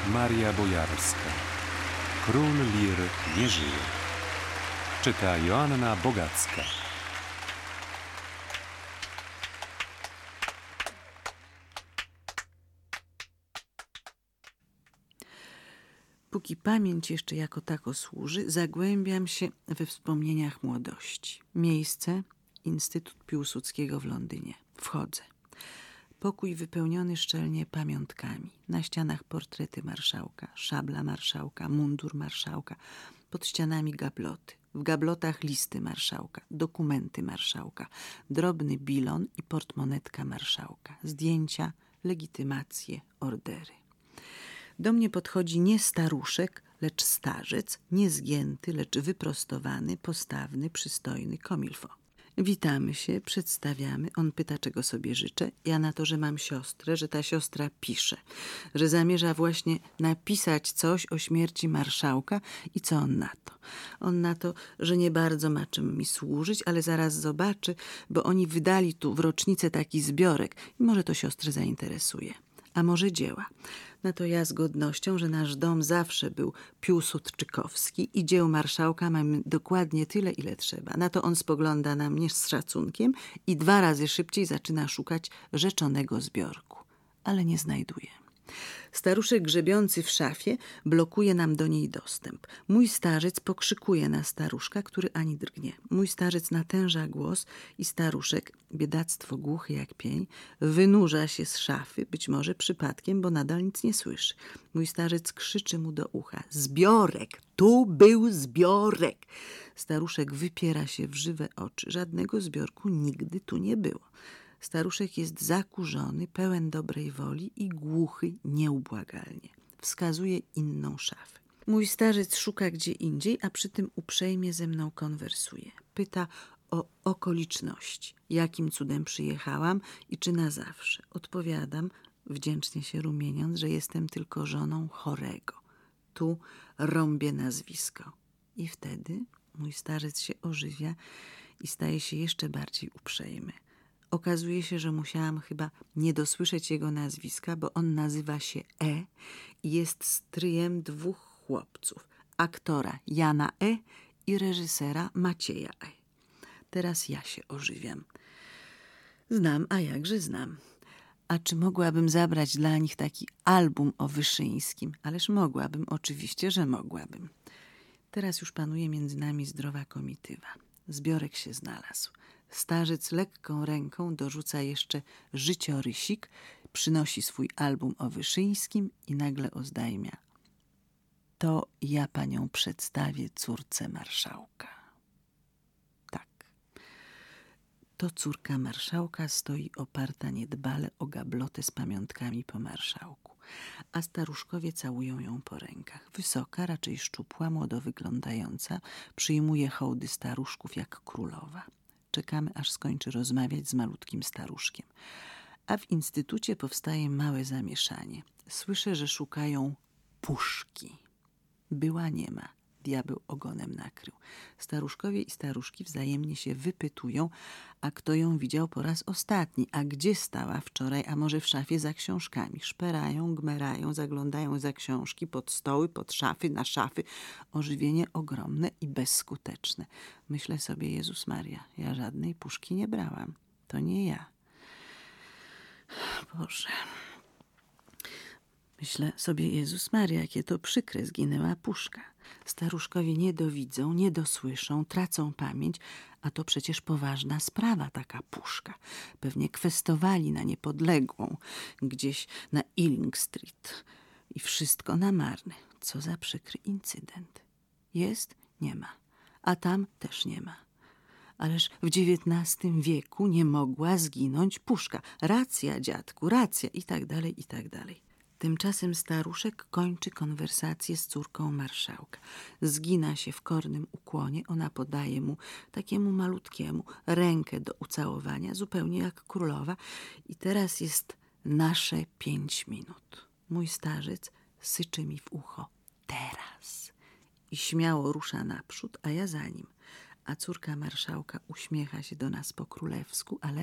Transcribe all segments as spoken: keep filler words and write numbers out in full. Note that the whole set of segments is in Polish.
Maria Bojarska. Król Lir nie żyje. Czyta Joanna Bogacka. Póki pamięć jeszcze jako tako służy, zagłębiam się we wspomnieniach młodości. Miejsce – Instytut Piłsudskiego w Londynie. Wchodzę. Pokój wypełniony szczelnie pamiątkami. Na ścianach portrety marszałka, szabla marszałka, mundur marszałka. Pod ścianami gabloty. W gablotach listy marszałka, dokumenty marszałka, drobny bilon i portmonetka marszałka. Zdjęcia, legitymacje, ordery. Do mnie podchodzi nie staruszek, lecz starzec, nie zgięty, lecz wyprostowany, postawny, przystojny komilfo. Witamy się, przedstawiamy. On pyta, czego sobie życzę. Ja na to, że mam siostrę, że ta siostra pisze, że zamierza właśnie napisać coś o śmierci marszałka i co on na to? On na to, że nie bardzo ma czym mi służyć, ale zaraz zobaczy, bo oni wydali tu w rocznicę taki zbiorek i może to siostrę zainteresuje. A może dzieła. Na to ja z godnością, że nasz dom zawsze był piłsudczykowski i dzieł marszałka mamy dokładnie tyle, ile trzeba. Na to on spogląda na mnie z szacunkiem i dwa razy szybciej zaczyna szukać rzeczonego zbiorku. Ale nie znajduje. Staruszek grzebiący w szafie blokuje nam do niej dostęp. Mój starzec pokrzykuje na staruszka, który ani drgnie. Mój starzec natęża głos i staruszek, biedactwo głuchy jak pień, wynurza się z szafy, być może przypadkiem, bo nadal nic nie słyszy. Mój starzec krzyczy mu do ucha: zbiorek! Tu był zbiorek! Staruszek wypiera się w żywe oczy. Żadnego zbiorku nigdy tu nie było. Staruszek jest zakurzony, pełen dobrej woli i głuchy nieubłagalnie. Wskazuje inną szafę. Mój starzec szuka gdzie indziej, a przy tym uprzejmie ze mną konwersuje. Pyta o okoliczności, jakim cudem przyjechałam i czy na zawsze. Odpowiadam, wdzięcznie się rumieniąc, że jestem tylko żoną chorego. Tu rąbię nazwisko. I wtedy mój starzec się ożywia i staje się jeszcze bardziej uprzejmy. Okazuje się, że musiałam chyba nie dosłyszeć jego nazwiska, bo on nazywa się E i jest stryjem dwóch chłopców. Aktora Jana E i reżysera Macieja E. Teraz ja się ożywiam. Znam, a jakże znam. A czy mogłabym zabrać dla nich taki album o Wyszyńskim? Ależ mogłabym, oczywiście, że mogłabym. Teraz już panuje między nami zdrowa komitywa. Zbiorek się znalazł. Starzec lekką ręką dorzuca jeszcze życiorysik, przynosi swój album o Wyszyńskim i nagle oznajmia: to ja panią przedstawię córce marszałka. Tak. To córka marszałka stoi oparta niedbale o gablotę z pamiątkami po marszałku, a staruszkowie całują ją po rękach. Wysoka, raczej szczupła, młodo wyglądająca, przyjmuje hołdy staruszków jak królowa. Czekamy, aż skończy rozmawiać z malutkim staruszkiem. A w instytucie powstaje małe zamieszanie. Słyszę, że szukają puszki. Była nie ma. Diabeł ogonem nakrył. Staruszkowie i staruszki wzajemnie się wypytują, a kto ją widział po raz ostatni, a gdzie stała wczoraj, a może w szafie za książkami. Szperają, gmerają, zaglądają za książki, pod stoły, pod szafy, na szafy. Ożywienie ogromne i bezskuteczne. Myślę sobie: Jezus Maria, ja żadnej puszki nie brałam. To nie ja. Boże... Myślę sobie: Jezus Maria, jakie to przykre, zginęła puszka. Staruszkowie nie dowidzą, nie dosłyszą, tracą pamięć, a to przecież poważna sprawa, taka puszka. Pewnie kwestowali na Niepodległą, gdzieś na Ealing Street. I wszystko na marne. Co za przykry incydent. Jest? Nie ma. A tam też nie ma. Ależ w dziewiętnastym wieku nie mogła zginąć puszka. Racja, dziadku, racja i tak dalej, i tak dalej. Tymczasem staruszek kończy konwersację z córką marszałka. Zgina się w kornym ukłonie. Ona podaje mu, takiemu malutkiemu, rękę do ucałowania, zupełnie jak królowa. I teraz jest nasze pięć minut. Mój starzec syczy mi w ucho: teraz. I śmiało rusza naprzód, a ja za nim. A córka marszałka uśmiecha się do nas po królewsku, ale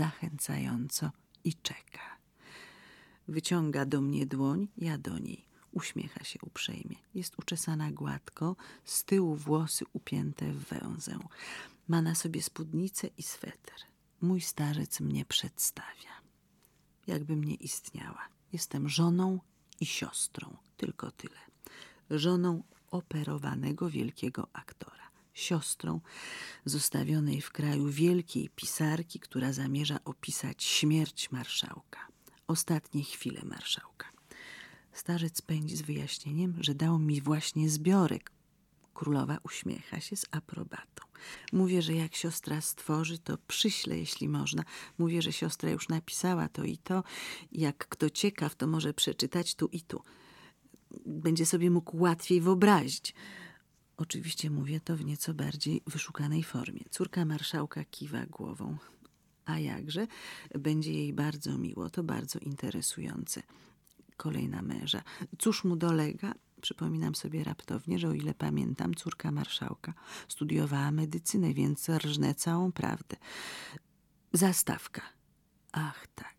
zachęcająco i czeka. Wyciąga do mnie dłoń, ja do niej. Uśmiecha się uprzejmie. Jest uczesana gładko, z tyłu włosy upięte w węzeł. Ma na sobie spódnicę i sweter. Mój starzec mnie przedstawia. Jakbym nie istniała. Jestem żoną i siostrą. Tylko tyle. Żoną operowanego wielkiego aktora. Siostrą zostawionej w kraju wielkiej pisarki, która zamierza opisać śmierć marszałka. Ostatnie chwile marszałka. Starzec pędzi z wyjaśnieniem, że dał mi właśnie zbiorek. Królowa uśmiecha się z aprobatą. Mówię, że jak siostra stworzy, to przyślę, jeśli można. Mówię, że siostra już napisała to i to. Jak kto ciekaw, to może przeczytać tu i tu. Będzie sobie mógł łatwiej wyobrazić. Oczywiście mówię to w nieco bardziej wyszukanej formie. Córka marszałka kiwa głową. A jakże? Będzie jej bardzo miło, to bardzo interesujące. Kolejna męża. Cóż mu dolega? Przypominam sobie raptownie, że o ile pamiętam, córka marszałka studiowała medycynę, więc rżnę całą prawdę. Zastawka. Ach, tak.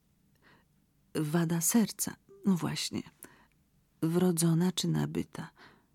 Wada serca. No właśnie. Wrodzona czy nabyta?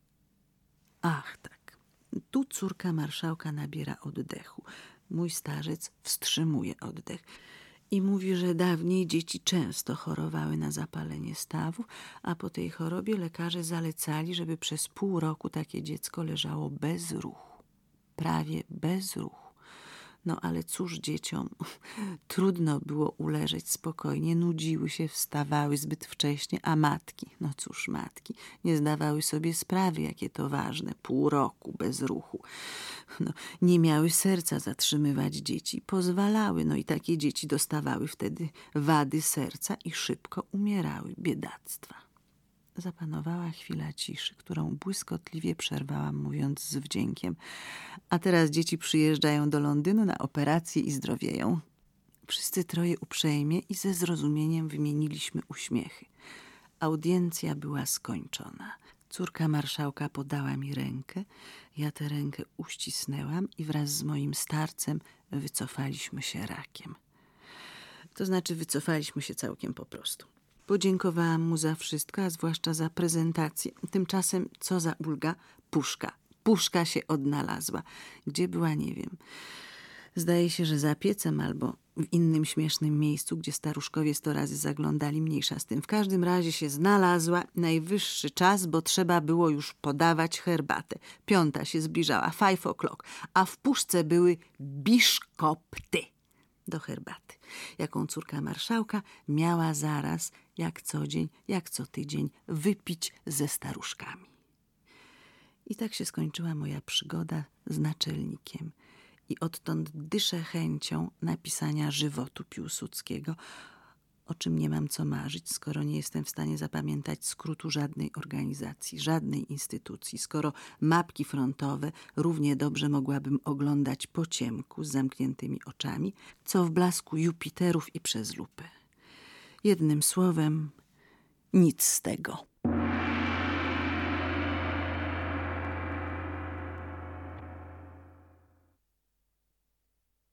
Ach, tak. Tu córka marszałka nabiera oddechu. Mój starzec wstrzymuje oddech i mówi, że dawniej dzieci często chorowały na zapalenie stawów, a po tej chorobie lekarze zalecali, żeby przez pół roku takie dziecko leżało bez ruchu. Prawie bez ruchu. No ale cóż dzieciom, trudno było uleżeć spokojnie, nudziły się, wstawały zbyt wcześnie, a matki, no cóż matki, nie zdawały sobie sprawy, jakie to ważne, pół roku bez ruchu. No, nie miały serca zatrzymywać dzieci, pozwalały, no i takie dzieci dostawały wtedy wady serca i szybko umierały, biedactwa. Zapanowała chwila ciszy, którą błyskotliwie przerwałam, mówiąc z wdziękiem. A teraz dzieci przyjeżdżają do Londynu na operację i zdrowieją. Wszyscy troje uprzejmie i ze zrozumieniem wymieniliśmy uśmiechy. Audiencja była skończona. Córka marszałka podała mi rękę, ja tę rękę uścisnęłam i wraz z moim starcem wycofaliśmy się rakiem. To znaczy wycofaliśmy się całkiem po prostu. Podziękowałam mu za wszystko, a zwłaszcza za prezentację. Tymczasem, co za ulga, puszka. Puszka się odnalazła. Gdzie była, nie wiem. Zdaje się, że za piecem albo w innym śmiesznym miejscu, gdzie staruszkowie sto razy zaglądali, mniejsza z tym. W każdym razie się znalazła. Najwyższy czas, bo trzeba było już podawać herbatę. Piąta się zbliżała, five o'clock, a w puszce były biszkopty do herbaty, jaką córka marszałka miała zaraz, jak co dzień, jak co tydzień, wypić ze staruszkami. I tak się skończyła moja przygoda z naczelnikiem. I odtąd dyszę chęcią napisania żywotu Piłsudskiego, o czym nie mam co marzyć, skoro nie jestem w stanie zapamiętać skrótu żadnej organizacji, żadnej instytucji, skoro mapki frontowe równie dobrze mogłabym oglądać po ciemku z zamkniętymi oczami, co w blasku Jupiterów i przez lupę. Jednym słowem, nic z tego.